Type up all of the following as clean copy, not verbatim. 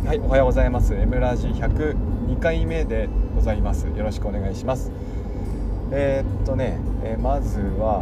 はい、おはようございます。Mラジ102回目でございます。よろしくお願いします。まずは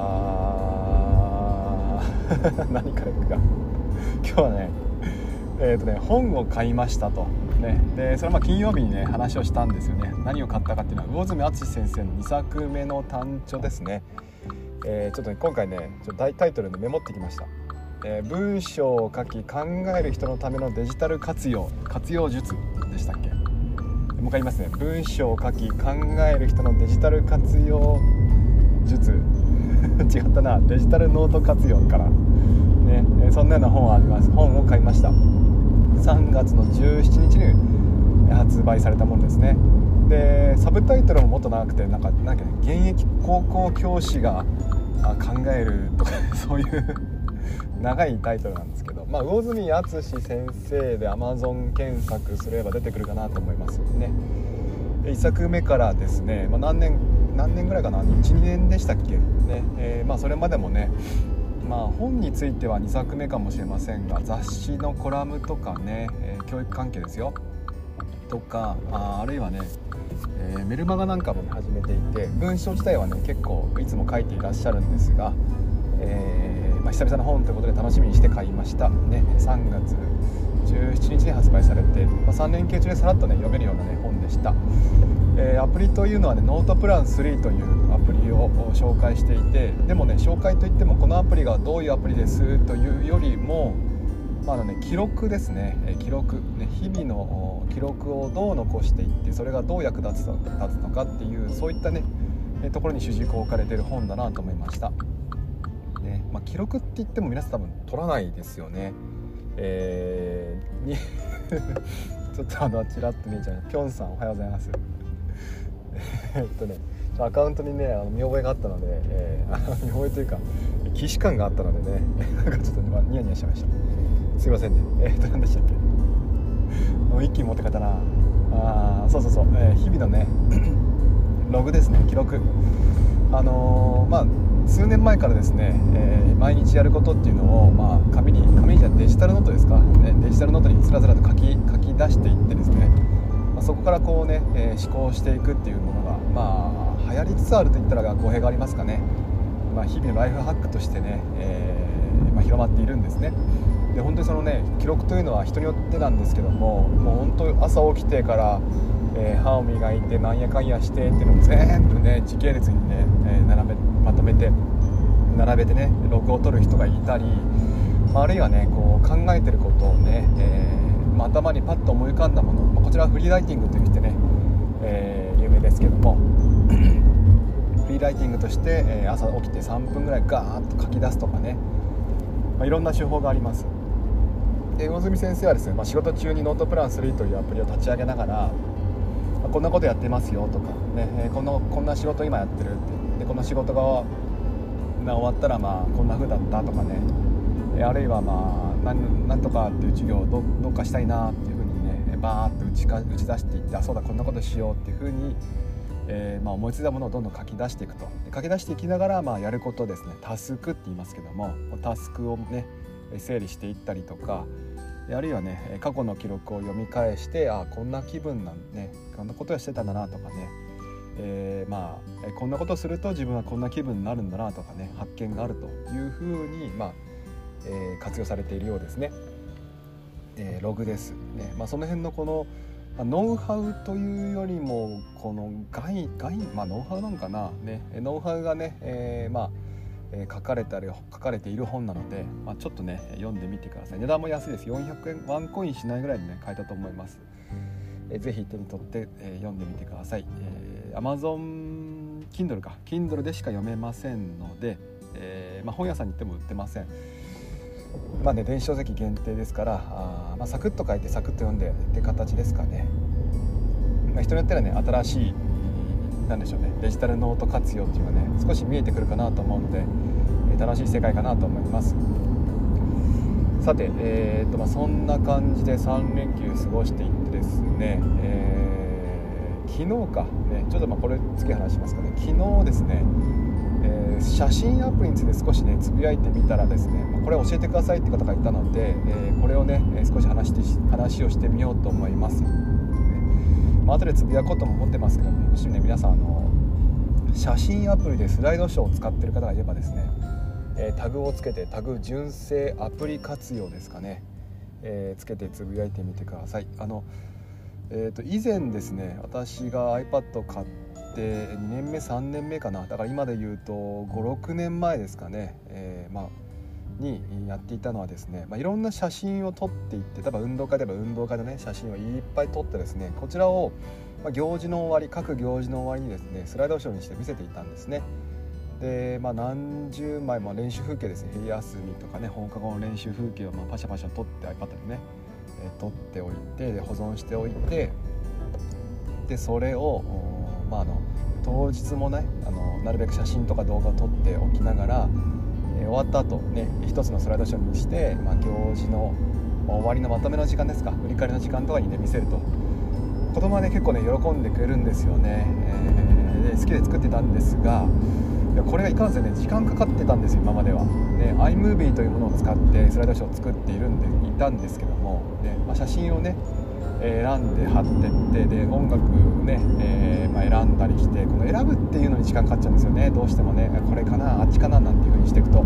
何からいくか今日は本を買いましたとね。でそれは金曜日にね話をしたんですよね。何を買ったかっていうのは魚住敦先生の2作目の短著ですね。ちょっとね今回ね大タイトルでメモってきました。文章を書き考える人のためのデジタル活用術でしたっけ。もう一回言いますね。文章を書き考える人のデジタル活用術違ったな。デジタルノート活用からね、そんなような本あります。本を買いました。3月の17日に発売されたものですね。でサブタイトルももっと長くてなんかね、現役高校教師が考えるとかそういう長いタイトルなんですけど、魚住敦先生で Amazon 検索すれば出てくるかなと思いますね。1作目からですね、何年ぐらいかな、 1,2 年でしたっけね。それまでもね、本については2作目かもしれませんが、雑誌のコラムとかね、教育関係ですよとか、あるいはね、メルマガなんかも、始めていて、文章自体はね結構いつも書いていらっしゃるんですが、久々の本ということで楽しみにして買いましたね。3月17日に発売されて、3連休中でさらっとね読めるような、本でした。アプリというのはねノートプラン3というアプリを紹介していて、でもね紹介といってもこのアプリがどういうアプリですというよりも、記録ですね。記録ね、日々の記録をどう残していってそれがどう役立つのかっていう、そういったねところに主軸を置かれている本だなと思いましたね。記録って言っても皆さん多分取らないですよね。ちょっとちらっと見えちゃう。ぴょんさんおはようございますアカウントにね見覚えがあったので、見覚えというか既視感があったのでねなんかちょっとニヤニヤしました。すいませんね。何でしたっけ。もう一気に持ってかったな。そう、日々のねログですね、記録。数年前からですね、毎日やることっていうのを、紙にじゃデジタルノートですか、ね、デジタルノートにつらつらと書き出していってですね、そこからこうね、思考していくっていうものが、流行りつつあるといったら語弊がありますかね。日々のライフハックとしてね、広まっているんですね。で本当にそのね記録というのは人によってなんですけども、もう本当朝起きてから、歯を磨いてなんやかんやしてっていうのを全部ね時系列にね、まとめて並べてねログを取る人がいたり、あるいはねこう考えてることをね、頭にパッと思い浮かんだもの、こちらはフリーライティングといってね、有名ですけどもフリーライティングとして、朝起きて3分ぐらいガーッと書き出すとかね、いろんな手法があります。で魚住先生はですね、仕事中にノートプラン3というアプリを立ち上げながら、こんなことやってますよとかね、こんな仕事今やってるって、でこの仕事が終わったらこんな風だったとかね、あるいはなんとかっていう授業をどっかしたいなっていう風にねバーッと打ち出していって、そうだこんなことしようっていう風に、思いついたものをどんどん書き出していくと。書き出していきながら、やることですね、タスクって言いますけども、タスクをね整理していったりとか、あるいはね過去の記録を読み返して、こんな気分なんね、こんなことをしてたんだなとかね、こんなことをすると自分はこんな気分になるんだなとかね、発見があるというふうに、活用されているようですね。ログですね。その辺のこのノウハウというよりもこのノウハウなんかな、ね、ノウハウがね、書かれている本なので、ちょっとね読んでみてください。値段も安いです。400円、ワンコインしないぐらいにね買えたと思います。ぜひ手に取って、読んでみてください。Amazon Kindle でしか読めませんので、本屋さんに行っても売ってません。電子書籍限定ですから、サクッと書いてサクッと読んでって形ですかね。人によってはね新しいなんでしょうね、デジタルノート活用っていうのがね少し見えてくるかなと思うので、楽しい世界かなと思います。さて、そんな感じで3連休過ごしていってですね、昨日かね、ちょっとこれ次話しますかね。昨日ですね、 写真アプリについて少しねつぶやいてみたらですね、これ教えてくださいって方がいたので、これをね少し話をしてみようと思います。後でつぶやこうとも思ってますけども、もしね皆さん写真アプリでスライドショーを使っている方がいればですね、タグをつけて、タグ純正アプリ活用ですかね、つけてつぶやいてみてください。以前ですね、私が iPad を買って2年目3年目かな、だから今で言うと 5,6 年前ですかね、にやっていたのはですね、いろんな写真を撮っていって、例えば運動会であれば運動会のね写真をいっぱい撮ってですね、こちらを行事の終わり、各行事の終わりにですねスライドショーにして見せていたんですね。で、何十枚も練習風景ですね、昼休みとかね放課後の練習風景をパシャパシャ撮って iPad でね撮っておいて、で保存しておいて、でそれを当日もねなるべく写真とか動画を撮っておきながら、終わった後ね一つのスライドショーにして、行事の終わりのまとめの時間ですか、振り返りの時間とかにね見せると、子供はね結構ね喜んでくれるんですよね。で好きで作ってたんですが、これがいかんせんね時間かかってたんですよ今までは、ね、iMovie というものを使ってスライドショーを作っていたんですけども、ね写真をね選んで貼ってって、で音楽をね、選んだりして、この選ぶっていうのに時間かかっちゃうんですよね、どうしてもね。これかなあっちかななんていう風にしていくと、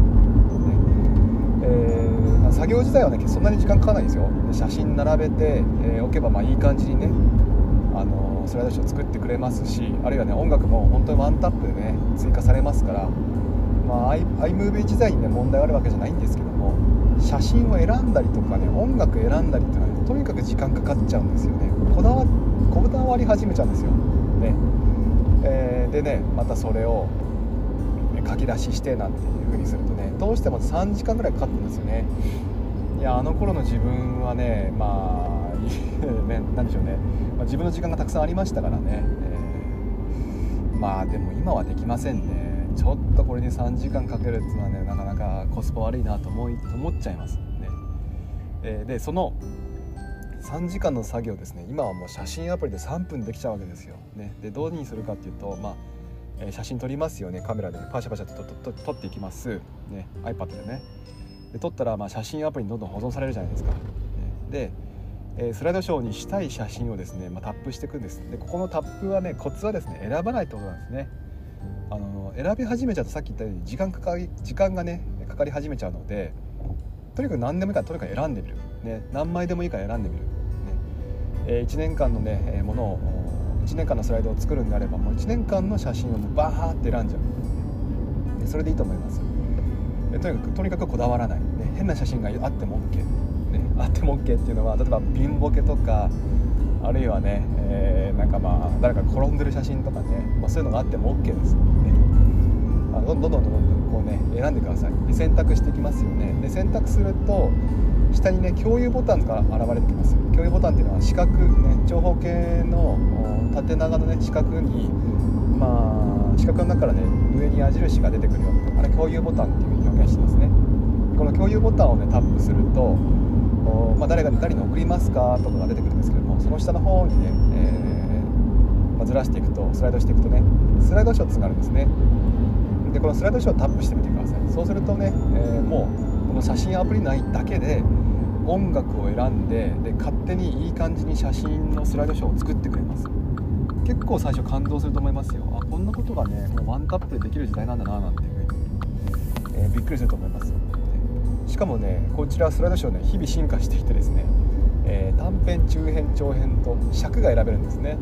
作業自体はねそんなに時間かからないんですよ。で写真並べて、おけばいい感じにねスライドショー作ってくれますし、あるいはね音楽も本当にワンタップでね追加されますから、iMovie 自体にね問題あるわけじゃないんですけども、写真を選んだりとかね音楽選んだりっていうのは、ね、とにかく時間かかっちゃうんですよね。こだわり始めちゃうんですよ、ね。でねまたそれを書き出ししてなんていう風にするとね、どうしても3時間ぐらいかかってるんですよね。いやあの頃の自分はねなんでしょうね、自分の時間がたくさんありましたからね、でも今はできませんね。ちょっとこれに3時間かけるっていうのはねなかなかコスパ悪いなと思っちゃいますね。でその3時間の作業ですね、今はもう写真アプリで3分でできちゃうわけですよ、ね。でどうにするかっていうと、写真撮りますよね、カメラでパシャパシャと撮っていきます、ね、iPad でね。で撮ったら写真アプリにどんどん保存されるじゃないですか、ね。でスライドショーにしたい写真をですね、タップしていくんです。でここのタップはねコツはですね選ばないってことなんですね。選び始めちゃうとさっき言ったように時間がねかかり始めちゃうので、とにかく何でもいいからとにかく選んでみる、ね、何枚でもいいから選んでみる、ね。1年間のねものを1年間のスライドを作るんであれば、もう1年間の写真をバーって選んじゃう、でそれでいいと思います。とにかくこだわらない、ね、変な写真があっても OK、ね、あっても OK っていうのは、例えばピンボケとか、あるいはね、誰か転んでる写真とかね、そういうのがあっても OK です、ね。どんどんこうね選んでください。で選択していきますよね。で選択すると下にね共有ボタンが現れてきます。共有ボタンっていうのは四角、ね、長方形の縦長のね四角に四角の中からね上に矢印が出てくるような、あれ共有ボタンっていう風に表現してますね。この共有ボタンをねタップすると誰に送りますかとかが出てくるんですけども、その下の方にね、ずらしていくと、スライドしていくとねスライドショーツがあるんですね。でこのスライドショーをタップしてみてください。そうするとね、もうこの写真アプリ内だけで音楽を選んで、勝手にいい感じに写真のスライドショーを作ってくれます。結構最初感動すると思いますよ。こんなことがねもうワンタップでできる時代なんだななんていう風に、びっくりすると思います。しかもねこちらスライドショーね日々進化していてですね、短編中編長編と尺が選べるんですね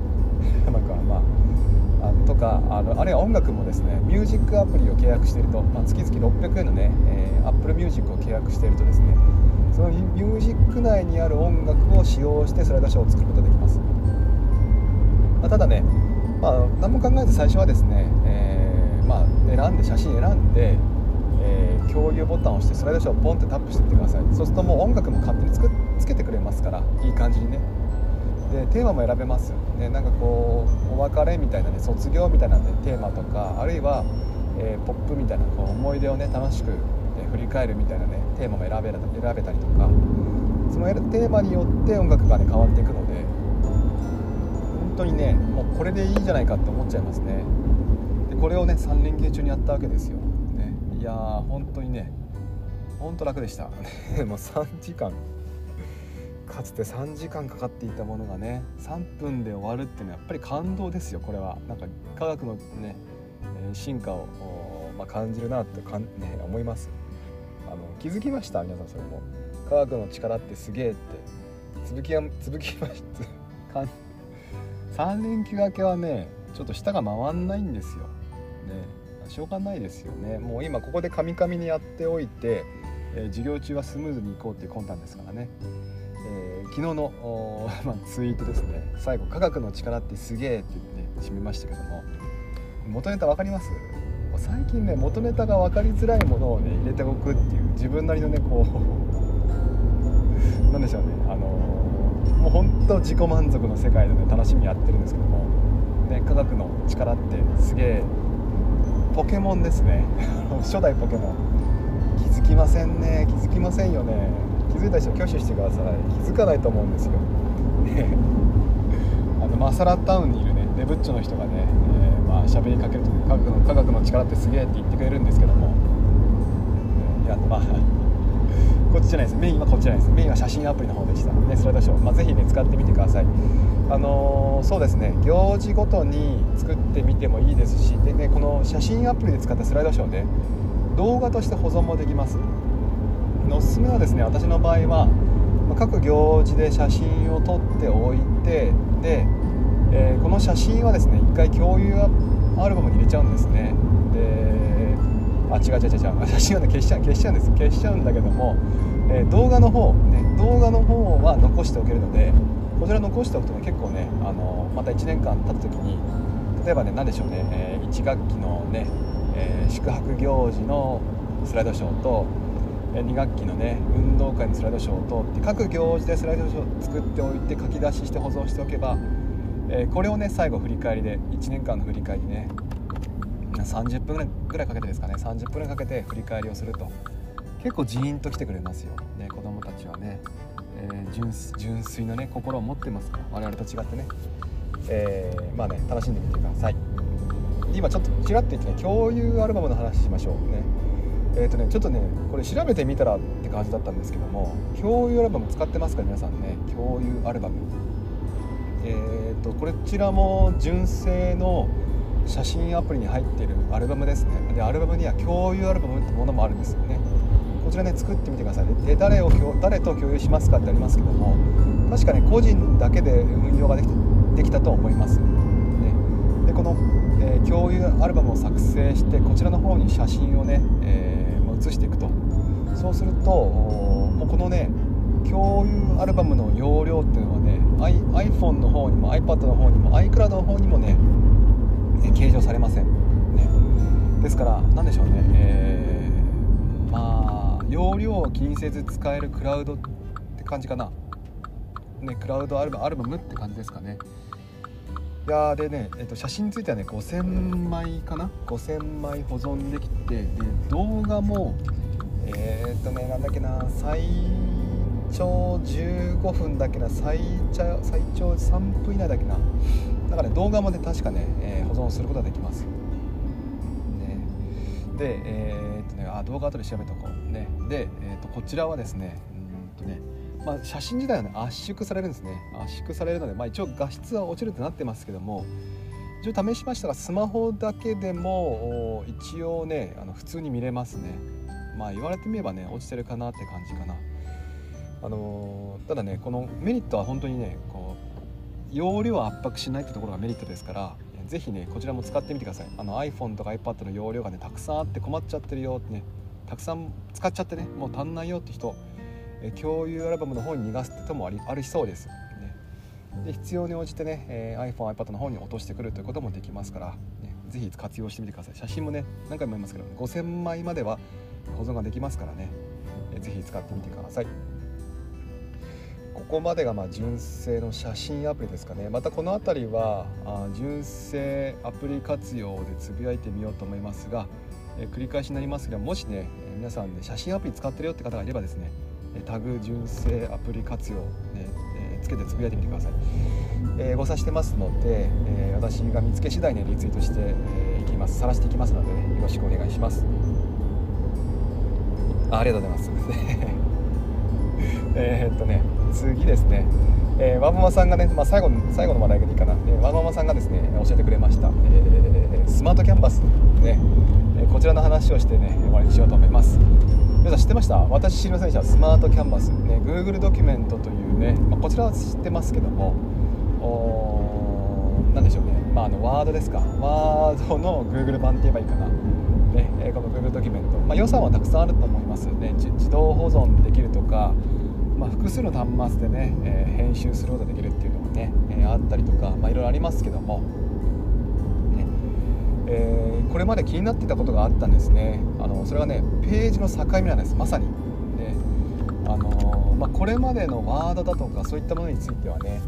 とかあるいは音楽もですねミュージックアプリを契約していると、月々600円のね、Apple Music を契約しているとですね、そのミュージック内にある音楽を使用してスライドショーを作ることができます。ただね、何も考えず最初はですね、写真選んで、共有ボタンを押してスライドショーをポンってタップしてみてください。そうするともう音楽も勝手につけてくれますから、いい感じにね。でテーマも選べます、ね。お別れみたいなね、卒業みたいな、ね、テーマとか、あるいは、ポップみたいな思い出をね楽しく、振り返るみたいなねテーマも選べたりとか、そのテーマによって音楽がね変わっていくので、本当にねもうこれでいいじゃないかって思っちゃいますね。でこれをね3連休中にやったわけですよ、ね、いやー本当にね本当楽でしたもう3時間かつて3時間かかっていたものがね3分で終わるっていうのはやっぱり感動ですよ。これはなんか科学のね進化を、感じるなって思います。気づきました皆さん。それも科学の力ってすげえってつぶきました3連休明けはねちょっと舌が回んないんですよ、ね、しょうがないですよね。もう今ここでカミカミにやっておいて、授業中はスムーズに行こうっていう魂胆ですからね。昨日の、ツイートですね。最後科学の力ってすげえって言って締めましたけども、元ネタ分かります？最近ね元ネタが分かりづらいものをね入れておくっていう自分なりのねこうなんでしょうね、もう本当自己満足の世界でね楽しみやってるんですけども、ね、科学の力ってすげえポケモンですね初代ポケモン気づきませんね。気づきませんよね。気づいた人挙手してください。気づかないと思うんですよ、ね、マサラタウンにいるねデブッチョの人がね、喋りかけると科学の力ってすげえって言ってくれるんですけども、いやこっちじゃないです。メインはこっちじゃないです。メインは写真アプリの方でした、ね、スライドショー、ぜひね使ってみてください。そうですね行事ごとに作ってみてもいいですし、でねこの写真アプリで使ったスライドショーで動画として保存もできます。おすすめはですね、私の場合は各行事で写真を撮っておいて、で、この写真はですね一回共有アルバムに入れちゃうんですね。で違う写真はね消しちゃうんだけども、動画の方は残しておけるので、こちら残しておくとね結構ねまた1年間経った時に例えばね何でしょうね、1学期のね、宿泊行事のスライドショーと2学期のね運動会のスライドショーとって各行事でスライドショー作っておいて書き出しして保存しておけば、これをね最後振り返りで1年間の振り返りね30分ぐらいかけてですかね30分ぐらいかけて振り返りをすると結構ジーンと来てくれますよ、ね、子供たちはね、純粋なね心を持ってますから我々と違ってね、楽しんでみてください。今ちょっとちらっと言ってね共有アルバムの話しましょうね。ちょっとねこれ調べてみたらって感じだったんですけども、共有アルバム使ってますか皆さんね。共有アルバムこちらも純正の写真アプリに入っているアルバムですね。でアルバムには共有アルバムってものもあるんですよね。こちらね作ってみてください。で誰と共有しますかってありますけども、確かね個人だけで運用ができたと思います、ね、でこの、共有アルバムを作成してこちらの方に写真をね、写していくと、そうするともうこのね共有アルバムの容量っていうのはね iPhone の方にも iPad の方にも iCloud の方にもね計上されません、ね、ですから何でしょうね、容量を気にせず使えるクラウドって感じかな、ね、クラウドアルバムって感じですかね。いやでね、写真についてはね5000枚かな5000枚保存できて、で動画もなんだっけな最長15分だっけな最長3分以内だっけな。だからね動画もね確かね、保存することができます、ね、で動画後で調べておこうね。で、こちらはですね写真自体はね圧縮されるんですね。圧縮されるので、一応画質は落ちるってなってますけども、一応試しましたがスマホだけでも一応ね普通に見れますね。言われてみればね落ちてるかなって感じかな。ただねこのメリットは本当にね容量を圧迫しないってところがメリットですから、ぜひねこちらも使ってみてください。iPhone とか iPad の容量がねたくさんあって困っちゃってるよってね、たくさん使っちゃってねもう足んないよって人、共有アルバムの方に逃がすってともありそうです、ね、で必要に応じてね、iPhone、iPad の方に落としてくるということもできますから、ね、ぜひ活用してみてください。写真もね何回も言いますけど5000枚までは保存ができますからね、ぜひ使ってみてください。ここまでが純正の写真アプリですかね。またこのあたりは純正アプリ活用でつぶやいてみようと思いますが、繰り返しになりますが、もしね皆さんで写真アプリ使ってるよって方がいればですね、タグ純正アプリ活用、ねつけてつぶやいてみてください。ご察してますので、私が見つけ次第ねリツイートしていきます。晒していきますので、ね、よろしくお願いします。ありがとうございます次ですね、ワンママさんがね、最後の話題でいいかな、ワンママさんがですね教えてくれました、スマートキャンバスね、こちらの話をしてね終わりにしようと思います。皆さん知ってました？私知りませんでした。スマートキャンバスね、 Google ドキュメントというね、こちらは知ってますけども、なんでしょうね、ワードですか、ワードの Google 版って言えばいいかな、ね、この Google ドキュメント、予算はたくさんあると思いますね。自動保存できるとか、複数の端末でね、編集することができるっていうのもね、あったりとか、いろいろありますけども、これまで気になっていたことがあったんですね。それがねページの境目なんです。まさに、ね、これまでのワードだとかそういったものについてはね、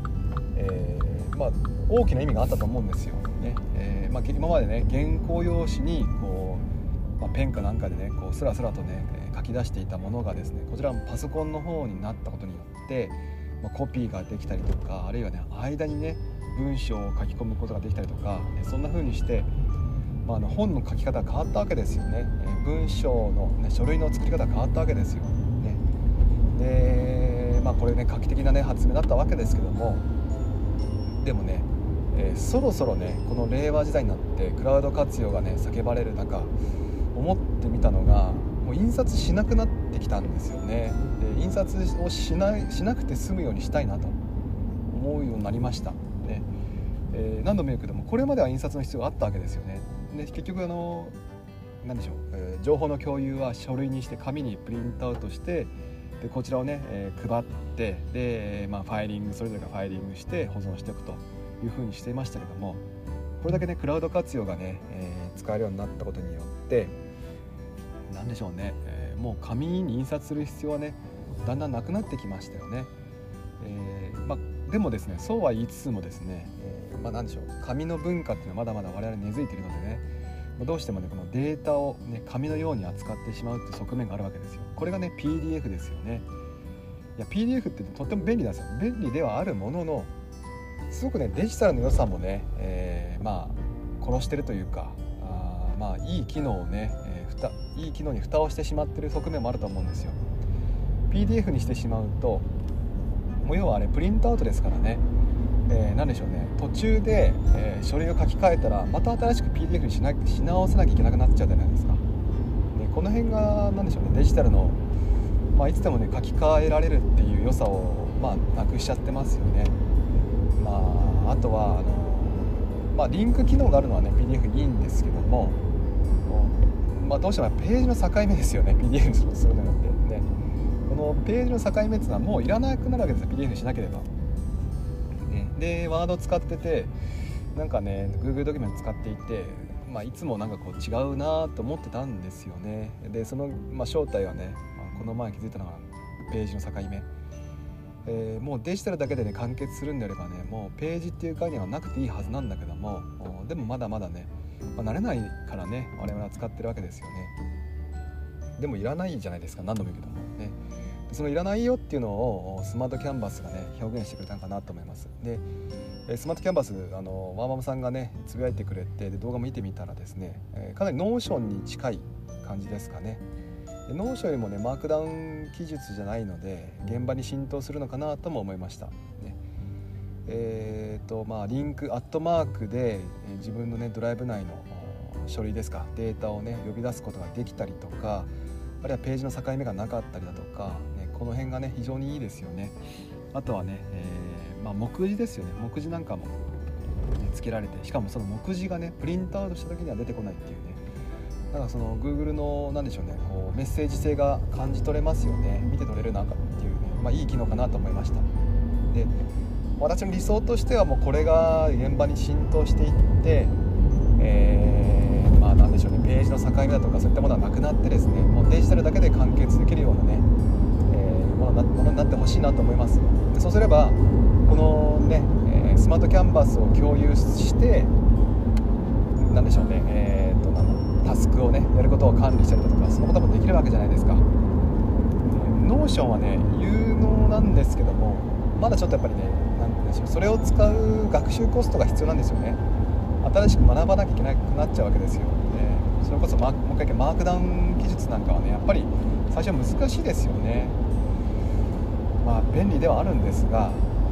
大きな意味があったと思うんですよ、ね。今までね原稿用紙にこう、ペンかなんかでねこうスラスラとね書き出していたものがですね、こちらもパソコンの方になったことによって、コピーができたりとか、あるいはね間にね文章を書き込むことができたりとか、そんな風にして本の書き方が変わったわけですよね。文章の、書類の作り方が変わったわけですよ、ね。で、これね画期的なね発明だったわけですけども、でもね、そろそろねこの令和時代になってクラウド活用がね叫ばれる中、思ってみたのが、もう印刷しなくなってきたんですよね。で印刷をしなくて済むようにしたいなと思うようになりました、ね。何度も言うけども、これまでは印刷の必要があったわけですよね。で結局何でしょう、情報の共有は書類にして紙にプリントアウトして、でこちらをね、配って、で、ファイリング、それぞれがファイリングして保存しておくというふうにしていましたけども、これだけねクラウド活用がね、使えるようになったことによって何でしょうね、もう紙に印刷する必要はねだんだんなくなってきましたよね。でもですね、そうは言いつつもですね、何でしょう、紙の文化っていうのはまだまだ我々根付いているのでね、どうしてもねこのデータをね紙のように扱ってしまうっていう側面があるわけですよ。これがね PDF ですよね。いや PDF ってとっても便利なんですよ。便利ではあるものの、すごくねデジタルの良さもね、殺してるというか、いい機能をね、いい機能に蓋をしてしまってる側面もあると思うんですよ。 PDF にしてしまうと、もう要はあれプリントアウトですからね、何でしょうね、途中で、書類を書き換えたらまた新しく PDF にし直さなきゃいけなくなっちゃうじゃないですか。この辺が何でしょうね、デジタルの、いつでもね書き換えられるっていう良さを、なくしちゃってますよね。あとはリンク機能があるのはね PDF いいんですけども、どうしてもページの境目ですよね。 PDF にするのによってね、このページの境目っていうのはもういらなくなるわけですよ、 PDF にしなければ、ね。でワード使ってて、なんかね Google ドキュメント使っていて、いつもなんかこう違うなと思ってたんですよね。でその、正体はね、この前気づいたのがページの境目、もうデジタルだけでね完結するんであればね、もうページっていう概念はなくていいはずなんだけども、でもまだまだね、慣れないからね我々は使ってるわけですよね。でもいらないじゃないですか、何度も言うけどもね。そのいらないよっていうのをスマートキャンバスがね表現してくれたのかなと思います。でスマートキャンバス、ワーママさんがねつぶやいてくれて、で動画見てみたらですね、かなりノーションに近い感じですかね。でノーションよりもねマークダウン記述じゃないので現場に浸透するのかなとも思いました、ね。リンクアットマークで自分のねドライブ内の書類ですか、データをね呼び出すことができたりとか、あるいはページの境目がなかったりだとか、ね、この辺がね非常にいいですよね。あとはね、目次ですよね。目次なんかも、付けられて、しかもその目次がねプリントアウトした時には出てこないっていうね、だからその Google の何でしょうね、こうメッセージ性が感じ取れますよね。見て取れるなんかっていうね、いい機能かなと思いました。で私の理想としてはもうこれが現場に浸透していって、何でしょうね、ページの境目だとかそういったものはなくなってですね、もうデジタルだけで完結できるようなね、ものになってほしいなと思います。でそうすればこのね、スマートキャンバスを共有して何でしょうね、タスクをねやることを管理したりだとか、そのこともできるわけじゃないですか。ノーションはね有能なんですけども、 まだちょっとやっぱりね、なんて言うんでしょう、それを使う学習コストが必要なんですよね。新しく学ばなきゃいけなくなっちゃうわけですよ。それこそもう一回マークダウン技術なんかはね、やっぱり最初は難しいですよね。便利ではあるんですが、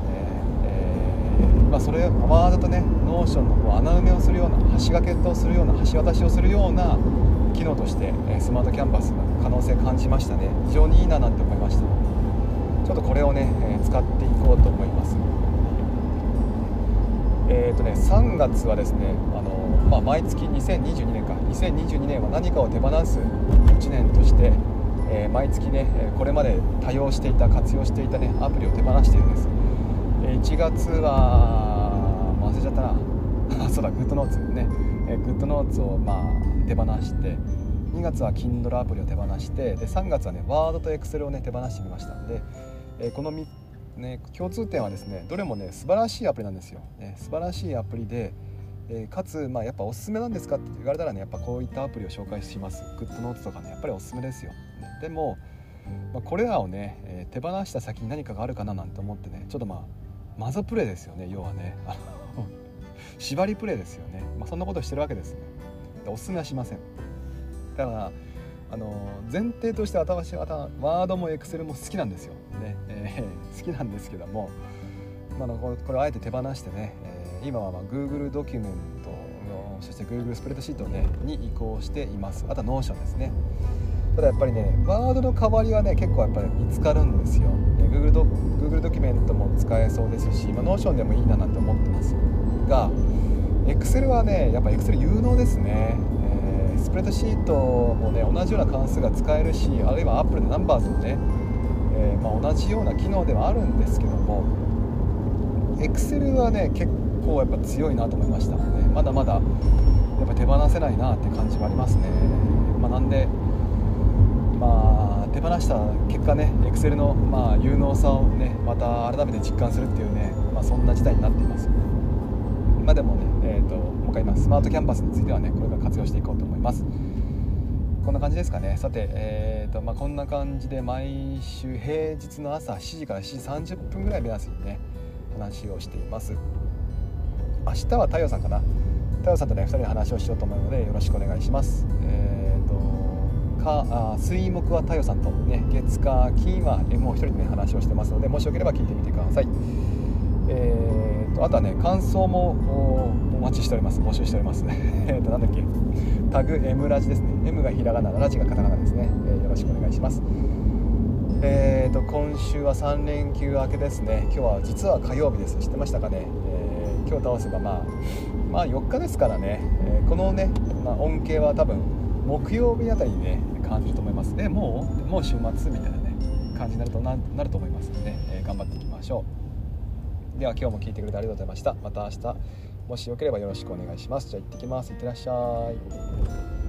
それワードとねノーションのこう穴埋めをするような、橋掛けとするような、橋渡しをするような機能としてスマートキャンバスの可能性感じましたね。非常にいいななんて思いました。ちょっとこれをね、使っていこうと思います。3月はですね、毎月2022年は何かを手放す1年として、毎月ねこれまで多用していた活用していたねアプリを手放しているんです。1月は忘れちゃったなそうだ、グッドノーツね、グッドノーツを手放して、2月は Kindle アプリを手放して、で3月はねワードと Excel をね手放してみました。で、この共通点はですね、どれもね素晴らしいアプリなんですよ、素晴らしいアプリで、かつやっぱおすすめなんですかって言われたらね、やっぱこういったアプリを紹介します。グッドノーツとかねやっぱりおすすめですよ。でも、これらをね、手放した先に何かがあるかななんて思ってね、ちょっとマゾプレイですよね。要はね縛りプレイですよね。そんなことしてるわけですね。おすすめはしません。だから前提として私はワードもエクセルも好きなんですよ、ね好きなんですけども、これをあえて手放してね、今はGoogle ドキュメント、そして Google スプレッドシート、に移行しています。あとは Notion ですね。ただやっぱりねワードの代わりはね結構やっぱり見つかるんですよ。Google ドキュメントも使えそうですし、Notion でもいいななんて思ってますが、Excel はねやっぱ Excel 有能ですね。スプレッドシートもね同じような関数が使えるし、あるいは Apple のナンバーズもね、同じような機能ではあるんですけども、 Excel はね結構やっぱ強いなと思いました、まだまだやっぱ手放せないなって感じはありますね。なんで手放した結果ね Excel の有能さをねまた改めて実感するっていうね、そんな事態になっています。でもね、もう一回言います。スマートキャンパスについてはねこれから活用していこうと思います。こんな感じですかね。さて、こんな感じで毎週平日の朝7時から7時30分ぐらい目安にね話をしています。明日は太陽さんかな。太陽さんとね2人で話をしようと思うのでよろしくお願いします。水木は太陽さんとね、月火金はもう一人でね話をしてますので、もしよければ聞いてみてください。あとはね感想もお待ちしております。募集しておりますねなんだっけ、タグ M ラジですね。 M がひらがな、ラジがカタカナですね。よろしくお願いします。今週は3連休明けですね。今日は実は火曜日です。知ってましたかね。今日倒せば4日ですからね、このね、恩恵は多分木曜日あたりにね感じると思います。でもう週末みたいなね感じになると思いますので、頑張っていきましょう。では今日も聞いてくれてありがとうございました。また明日もしよければよろしくお願いします。じゃあ行ってきます。いってらっしゃい。